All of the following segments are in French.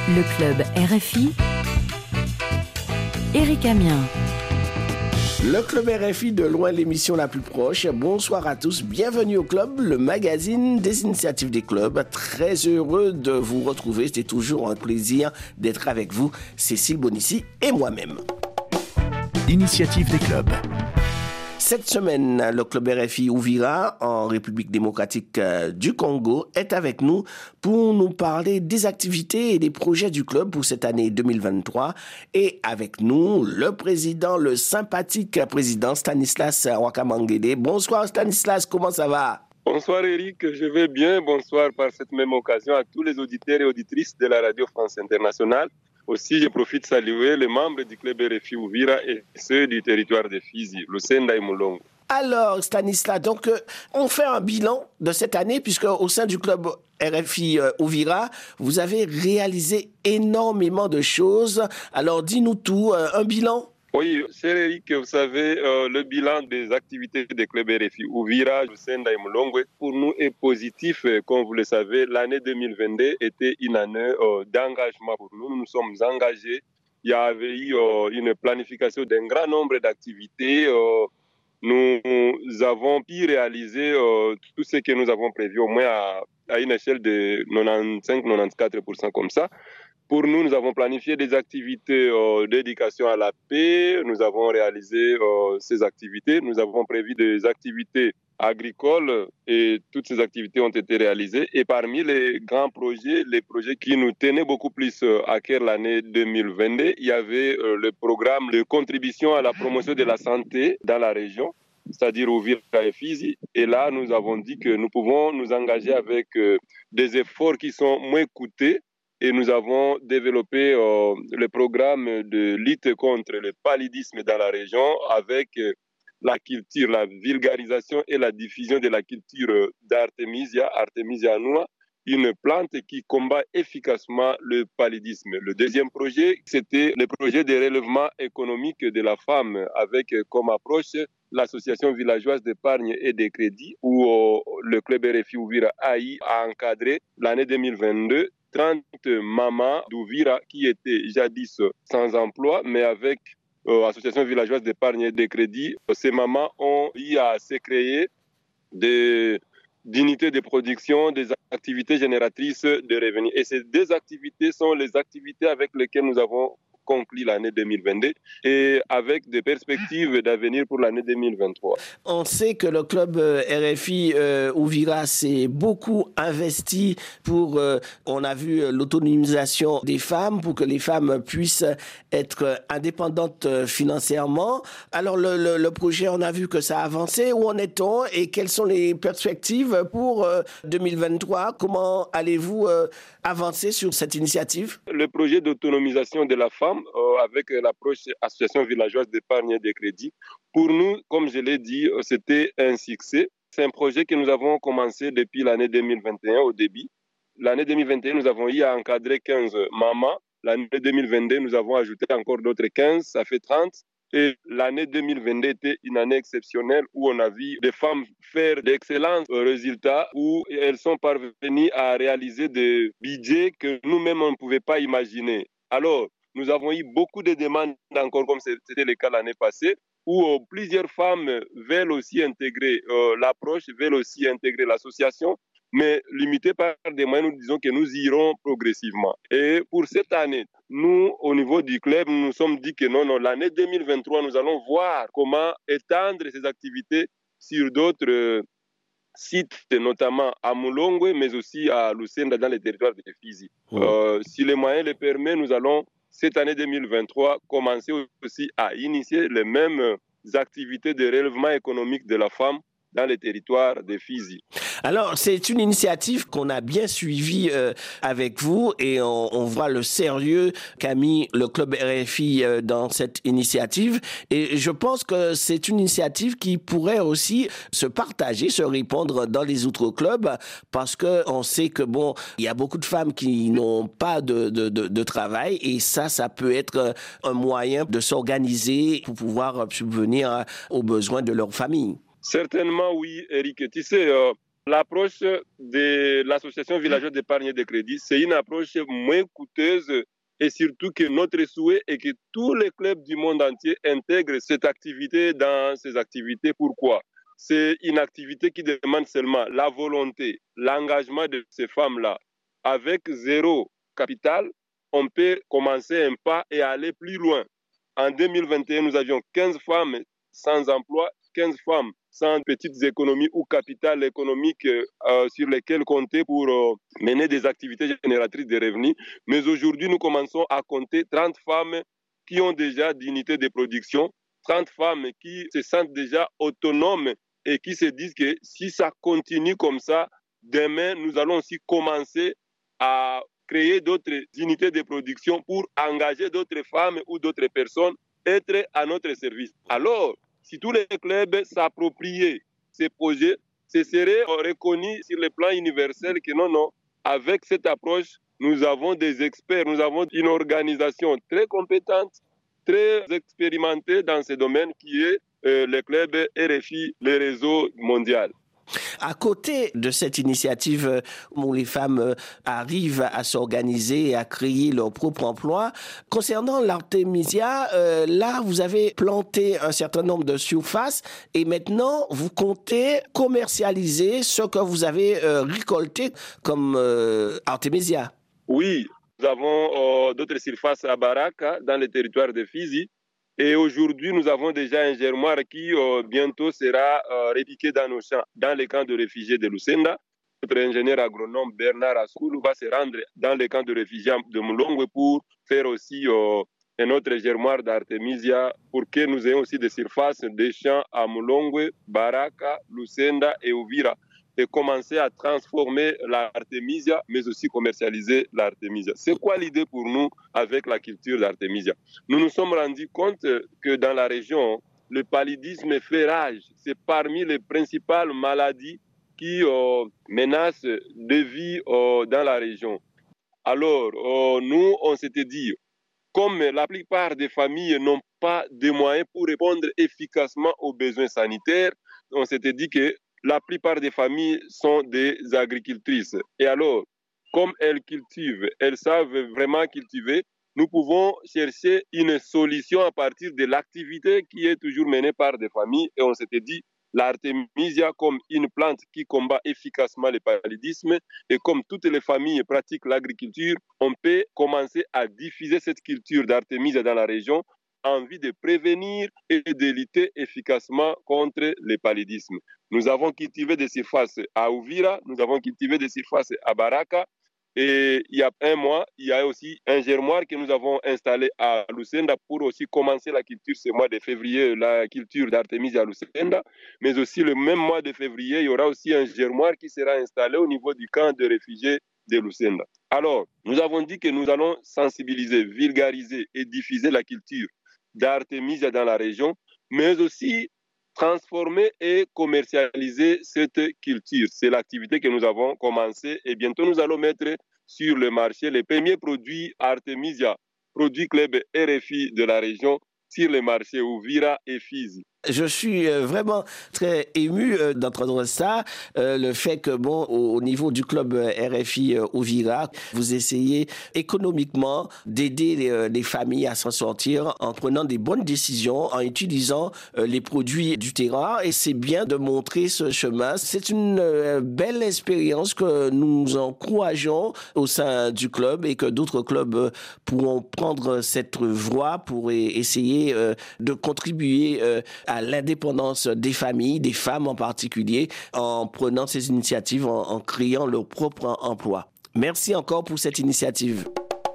Le club RFI, Éric Amiens. Le club RFI, de loin l'émission la plus proche. Bonsoir à tous, bienvenue au club, le magazine des initiatives des clubs. Très heureux de vous retrouver, c'est toujours un plaisir d'être avec vous, Cécile Bonissi et moi-même. Initiative des clubs. Cette semaine, le club RFI Uvira, en République démocratique du Congo, est avec nous pour nous parler des activités et des projets du club pour cette année 2023. Et avec nous, le président, le sympathique président Stanislas Wakamangede. Bonsoir Stanislas, comment ça va ? Bonsoir Eric, je vais bien. Bonsoir par cette même occasion à tous les auditeurs et auditrices de la Radio France Internationale. Aussi, je profite de saluer les membres du club RFI Uvira et ceux du territoire de Fizi, Lucenda et Mulongo. Alors Stanislas, donc on fait un bilan de cette année puisque au sein du club RFI Uvira, vous avez réalisé énormément de choses. Alors dis-nous tout, un bilan ? Oui, cher Eric, vous savez, le bilan des activités des clubs RFI Uvira, Lucenda et Mulongo, pour nous est positif. Comme vous le savez, l'année 2022 était une année d'engagement pour nous. Nous nous sommes engagés. Il y avait eu une planification d'un grand nombre d'activités. Nous avons pu réaliser tout ce que nous avons prévu, au moins à une échelle de 95-94% comme ça. Pour nous, nous avons planifié des activités d'éducation à la paix. Nous avons réalisé ces activités. Nous avons prévu des activités agricoles et toutes ces activités ont été réalisées. Et parmi les grands projets, les projets qui nous tenaient beaucoup plus à cœur l'année 2022, il y avait le programme de contribution à la promotion de la santé dans la région, c'est-à-dire Uvira et Fizi. Et là, nous avons dit que nous pouvons nous engager avec des efforts qui sont moins coûteux. Et nous avons développé le programme de lutte contre le paludisme dans la région avec la culture, la vulgarisation et la diffusion de la culture d'Artemisia annua, une plante qui combat efficacement le paludisme. Le deuxième projet, c'était le projet de relèvement économique de la femme avec comme approche l'association villageoise d'épargne et de crédit où le club RFI Uvira a encadré l'année 2022 30 mamans d'Uvira qui étaient jadis sans emploi, mais avec l'association villageoise d'épargne et de crédit, ces mamans ont eu à se créer des unités de production, des activités génératrices de revenus. Et ces deux activités sont les activités avec lesquelles nous avons conclu l'année 2022 et avec des perspectives d'avenir pour l'année 2023. On sait que le club RFI Uvira s'est beaucoup investi pour, on a vu l'autonomisation des femmes, pour que les femmes puissent être indépendantes financièrement. Alors le projet, on a vu que ça a avancé. Où en est-on et quelles sont les perspectives pour 2023? Comment allez-vous avancer sur cette initiative? Le projet d'autonomisation de la femme avec l'approche association villageoise d'épargne et de crédit. Pour nous, comme je l'ai dit, c'était un succès. C'est un projet que nous avons commencé depuis l'année 2021 au début. L'année 2021, nous avons eu à encadrer 15 mamans. L'année 2022, nous avons ajouté encore d'autres 15, ça fait 30. Et l'année 2022 était une année exceptionnelle où on a vu des femmes faire d'excellents résultats, où elles sont parvenues à réaliser des budgets que nous-mêmes, on ne pouvait pas imaginer. Alors, nous avons eu beaucoup de demandes encore, comme c'était le cas l'année passée, où plusieurs femmes veulent aussi intégrer l'approche, veulent aussi intégrer l'association, mais limitées par des moyens, nous disons que nous irons progressivement. Et pour cette année, nous, au niveau du club, nous nous sommes dit que non, l'année 2023, nous allons voir comment étendre ces activités sur d'autres sites, notamment à Mulongo, mais aussi à Lucenda, dans les territoires de Fizi. Si les moyens le permettent, nous allons cette année 2023, commencer aussi à initier les mêmes activités de relèvement économique de la femme dans les territoires de Fizi. Alors, c'est une initiative qu'on a bien suivie avec vous et on voit le sérieux qu'a mis le club RFI dans cette initiative. Et je pense que c'est une initiative qui pourrait aussi se partager, se répandre dans les autres clubs parce qu'on sait que, bon, il y a beaucoup de femmes qui n'ont pas de travail et ça peut être un moyen de s'organiser pour pouvoir subvenir aux besoins de leur famille. Certainement, oui, Eric. Tu sais, L'approche de l'association villageoise d'épargne et de crédit, c'est une approche moins coûteuse et surtout que notre souhait est que tous les clubs du monde entier intègrent cette activité dans ces activités. Pourquoi? C'est une activité qui demande seulement la volonté, l'engagement de ces femmes-là. Avec zéro capital, on peut commencer un pas et aller plus loin. En 2021, nous avions 15 femmes sans emploi, 15 femmes sans petites économies ou capital économique sur lesquels compter pour mener des activités génératrices de revenus. Mais aujourd'hui, nous commençons à compter 30 femmes qui ont déjà d'unités de production, 30 femmes qui se sentent déjà autonomes et qui se disent que si ça continue comme ça, demain, nous allons aussi commencer à créer d'autres unités de production pour engager d'autres femmes ou d'autres personnes être à notre service. Alors, si tous les clubs s'appropriaient ces projets, ce serait reconnu sur le plan universel que non, avec cette approche, nous avons des experts, nous avons une organisation très compétente, très expérimentée dans ce domaine qui est le club RFI, le réseau mondial. À côté de cette initiative où les femmes arrivent à s'organiser et à créer leur propre emploi, concernant l'Artemisia, là, vous avez planté un certain nombre de surfaces et maintenant, vous comptez commercialiser ce que vous avez récolté comme Artemisia. Oui, nous avons d'autres surfaces à Baraka, dans le territoire de Fizi. Et aujourd'hui, nous avons déjà un germoir qui bientôt sera répliqué dans nos champs, dans les camps de réfugiés de Lucenda. Notre ingénieur agronome Bernard Ascoulou va se rendre dans les camps de réfugiés de Mulongwe pour faire aussi un autre germoir d'Artemisia pour que nous ayons aussi des surfaces des champs à Mulongwe, Baraka, Lucenda et Uvira et commencer à transformer l'Artemisia, mais aussi commercialiser l'Artemisia. C'est quoi l'idée pour nous avec la culture d'Artemisia? Nous nous sommes rendus compte que dans la région, le paludisme fait rage. C'est parmi les principales maladies qui menacent de vie dans la région. Alors, nous, on s'était dit, comme la plupart des familles n'ont pas de moyens pour répondre efficacement aux besoins sanitaires, on s'était dit que la plupart des familles sont des agricultrices. Et alors, comme elles cultivent, elles savent vraiment cultiver, nous pouvons chercher une solution à partir de l'activité qui est toujours menée par des familles. Et on s'était dit, l'Artemisia comme une plante qui combat efficacement le paludisme et comme toutes les familles pratiquent l'agriculture, on peut commencer à diffuser cette culture d'Artemisia dans la région en vue de prévenir et de lutter efficacement contre le paludisme. Nous avons cultivé des surfaces à Uvira, nous avons cultivé des surfaces à Baraka et il y a un mois, il y a aussi un germoir que nous avons installé à Lucenda pour aussi commencer la culture ce mois de février, la culture d'Artemisia à Lucenda, mais aussi le même mois de février, il y aura aussi un germoir qui sera installé au niveau du camp de réfugiés de Lucenda. Alors, nous avons dit que nous allons sensibiliser, vulgariser et diffuser la culture d'Artemisia dans la région, mais aussi transformer et commercialiser cette culture. C'est l'activité que nous avons commencée et bientôt nous allons mettre sur le marché les premiers produits Artemisia, produits club RFI de la région, sur le marché Uvira et Fizi. Je suis vraiment très ému d'entendre ça, le fait que, bon, au niveau du club RFI Uvira, vous essayez économiquement d'aider les familles à s'en sortir en prenant des bonnes décisions, en utilisant les produits du terroir. Et c'est bien de montrer ce chemin. C'est une belle expérience que nous encourageons au sein du club et que d'autres clubs pourront prendre cette voie pour essayer de contribuer à l'indépendance des familles, des femmes en particulier, en prenant ces initiatives, en créant leur propre emploi. Merci encore pour cette initiative.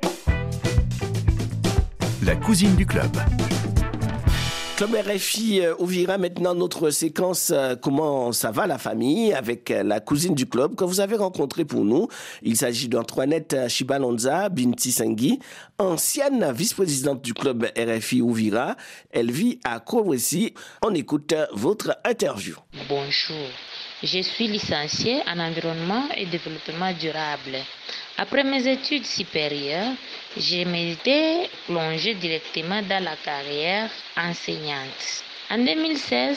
La cousine du club. Club RFI Uvira, maintenant notre séquence Comment ça va la famille avec la cousine du club que vous avez rencontrée pour nous. Il s'agit d'Antoinette Chibalonza Binti Sengui, ancienne vice-présidente du club RFI Uvira. Elle vit à Kolwezi. On écoute votre interview. Bonjour, je suis licenciée en environnement et développement durable. Après mes études supérieures, je m'étais plongée directement dans la carrière enseignante. En 2016,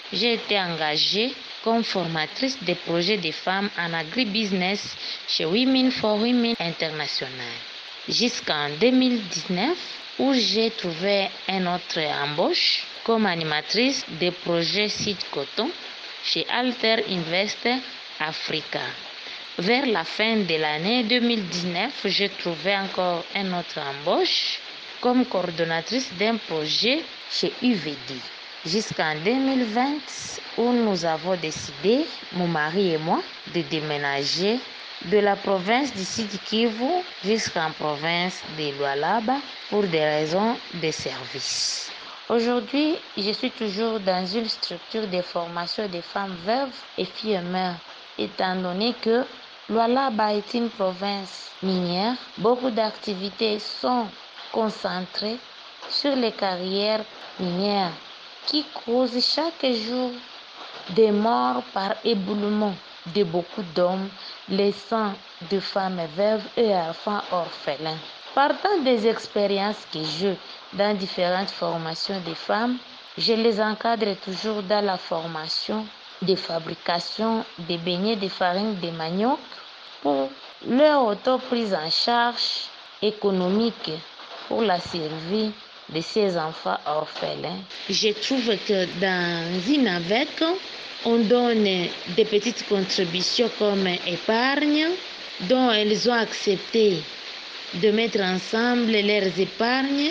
j'ai été engagée comme formatrice des projets des femmes en agribusiness chez Women for Women International. Jusqu'en 2019, où j'ai trouvé une autre embauche comme animatrice des projets Site Coton chez Alter Invest Africa. Vers la fin de l'année 2019, j'ai trouvé encore une autre embauche comme coordonnatrice d'un projet chez UVD. Jusqu'en 2020, où nous avons décidé, mon mari et moi, de déménager de la province du Sud Kivu jusqu'en province de Lualaba pour des raisons de service. Aujourd'hui, je suis toujours dans une structure de formation des femmes veuves et filles mères, étant donné que Lualaba est une province minière. Beaucoup d'activités sont concentrées sur les carrières minières qui causent chaque jour des morts par éboulement de beaucoup d'hommes, laissant de femmes veuves et enfants orphelins. Partant des expériences que j'ai dans différentes formations des femmes, je les encadre toujours dans la formation de fabrication des beignets de farine de manioc pour leur auto-prise en charge économique pour la survie de ces enfants orphelins. Je trouve que dans une avec, on donne des petites contributions comme épargne, dont elles ont accepté de mettre ensemble leurs épargnes.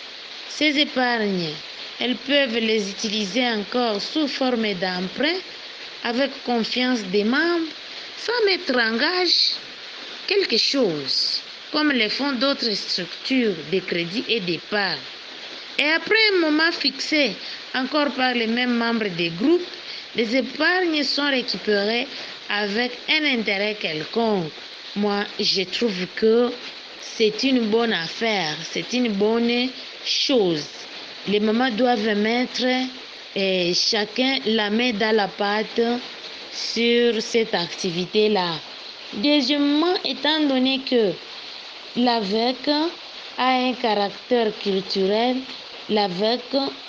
Ces épargnes, elles peuvent les utiliser encore sous forme d'emprunt avec confiance des membres, sans mettre en gage quelque chose, comme le font d'autres structures de crédit et d'épargne. Et après un moment fixé, encore par les mêmes membres des groupes, les épargnes sont récupérées avec un intérêt quelconque. Moi, je trouve que c'est une bonne affaire, c'est une bonne chose. Les mamans doivent mettre chacun la main dans la pâte sur cette activité-là. Deuxièmement, étant donné que l'AVEC a un caractère culturel, l'AVEC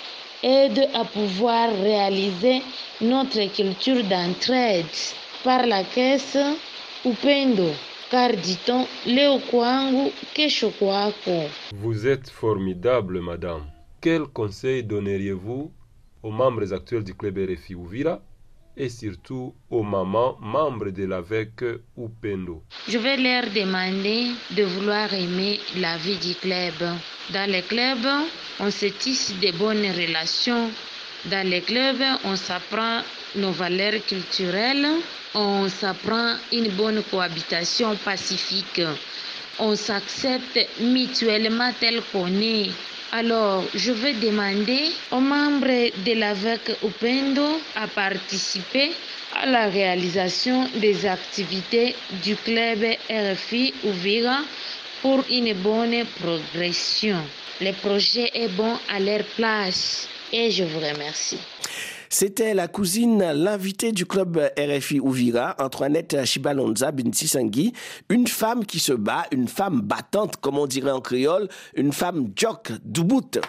aide à pouvoir réaliser notre culture d'entraide par la caisse Upendo, car dit-on Leo Kwangu Kesho Kwako. Vous êtes formidable, madame. Quel conseil donneriez-vous aux membres actuels du club RFI Uvira et surtout aux mamans membres de l'AVEC Upendo? Je vais leur demander de vouloir aimer la vie du club. Dans le club, on se tisse de bonnes relations. Dans le club, on s'apprend nos valeurs culturelles, on s'apprend une bonne cohabitation pacifique, on s'accepte mutuellement tel qu'on est. Alors, je vais demander aux membres de l'AVEC Upendo à participer à la réalisation des activités du club RFI Uvira pour une bonne progression. Le projet est bon à leur place et je vous remercie. C'était la cousine, l'invitée du club RFI Uvira, Antoinette Chibalonza Binti Sangui, une femme qui se bat, une femme battante, comme on dirait en créole, une femme jock, doubout.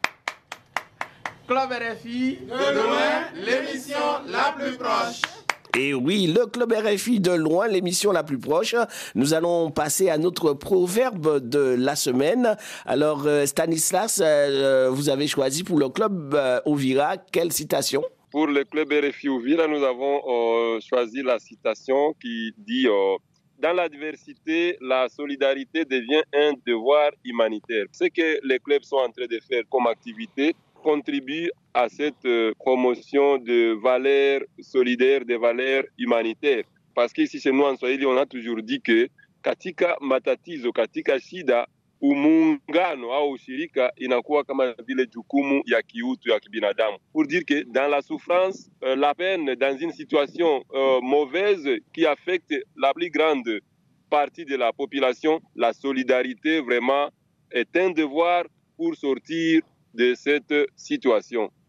Club RFI, de loin, l'émission la plus proche. Et oui, le Club RFI de loin, l'émission la plus proche. Nous allons passer à notre proverbe de la semaine. Alors, Stanislas, vous avez choisi pour le Club Uvira quelle citation? Pour le Club RFI Uvira, nous avons choisi la citation qui dit dans la diversité, la solidarité devient un devoir humanitaire. Ce que les clubs sont en train de faire comme activité contribue à cette promotion de valeurs solidaires, de valeurs humanitaires. Parce qu'ici chez nous en Swahili, on a toujours dit que katika matatizo, katika shida, muungano au ushirika inakuwa kama vile jukumu ya kiutu ya kibinadamu. Pour dire que dans la souffrance, la peine, dans une situation mauvaise qui affecte la plus grande partie de la population, la solidarité vraiment est un devoir pour sortir de cette situation.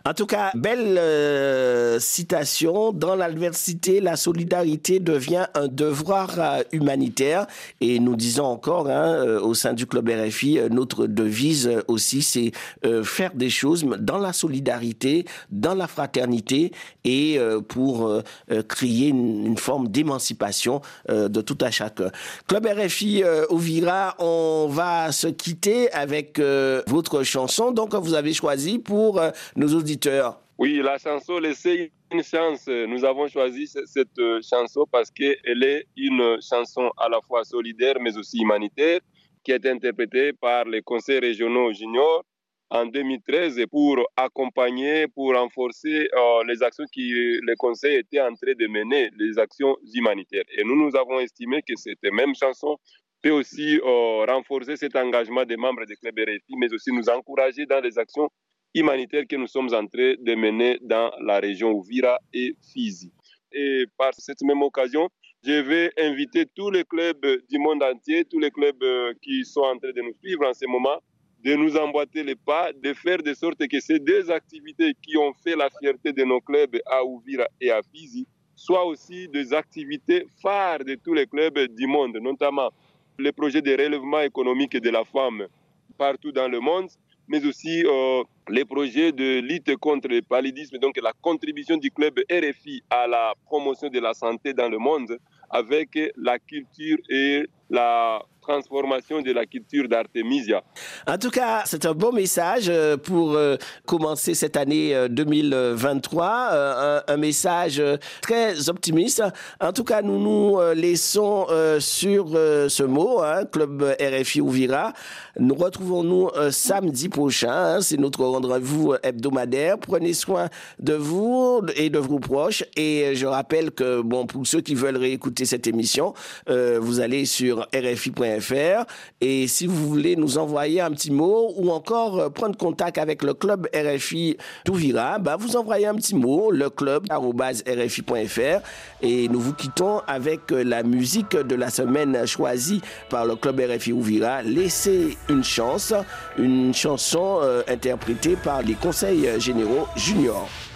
En tout cas, belle citation. Dans l'adversité, la solidarité devient un devoir humanitaire. Et nous disons encore, au sein du Club RFI, notre devise aussi, c'est faire des choses dans la solidarité, dans la fraternité et pour créer une forme d'émancipation de tout à chacun. Club RFI Uvira, on va se quitter avec votre chanson. Donc, vous avez choisi pour nos auditeurs. Oui, la chanson Laissez une chance. Nous avons choisi cette chanson parce qu'elle est une chanson à la fois solidaire mais aussi humanitaire qui est interprétée par les conseils régionaux juniors en 2013 pour accompagner, pour renforcer les actions que les conseils étaient en train de mener, les actions humanitaires. Et nous avons estimé que cette même chanson peut aussi renforcer cet engagement des membres du Club RFI, mais aussi nous encourager dans les actions humanitaires que nous sommes en train de mener dans la région Uvira et Fizi. Et par cette même occasion, je vais inviter tous les clubs du monde entier, tous les clubs qui sont en train de nous suivre en ce moment, de nous emboîter les pas, de faire de sorte que ces deux activités qui ont fait la fierté de nos clubs à Uvira et à Fizi soient aussi des activités phares de tous les clubs du monde, notamment les projets de relèvement économique de la femme partout dans le monde, mais aussi les projets de lutte contre le paludisme, donc la contribution du club RFI à la promotion de la santé dans le monde avec la culture et la transformation de la culture d'Artemisia. En tout cas, c'est un bon message pour commencer cette année 2023, un message très optimiste. En tout cas, nous nous laissons sur ce mot, Club RFI Uvira. Nous retrouvons-nous samedi prochain, c'est notre rendez-vous hebdomadaire. Prenez soin de vous et de vos proches. Et je rappelle que, pour ceux qui veulent réécouter cette émission, vous allez sur rfi.fr. Et si vous voulez nous envoyer un petit mot ou encore prendre contact avec le club RFI d'Uvira, vous envoyez un petit mot, leclub@rfi.fr, et nous vous quittons avec la musique de la semaine choisie par le club RFI Uvira, Laissez une chanson interprétée par les conseils généraux juniors.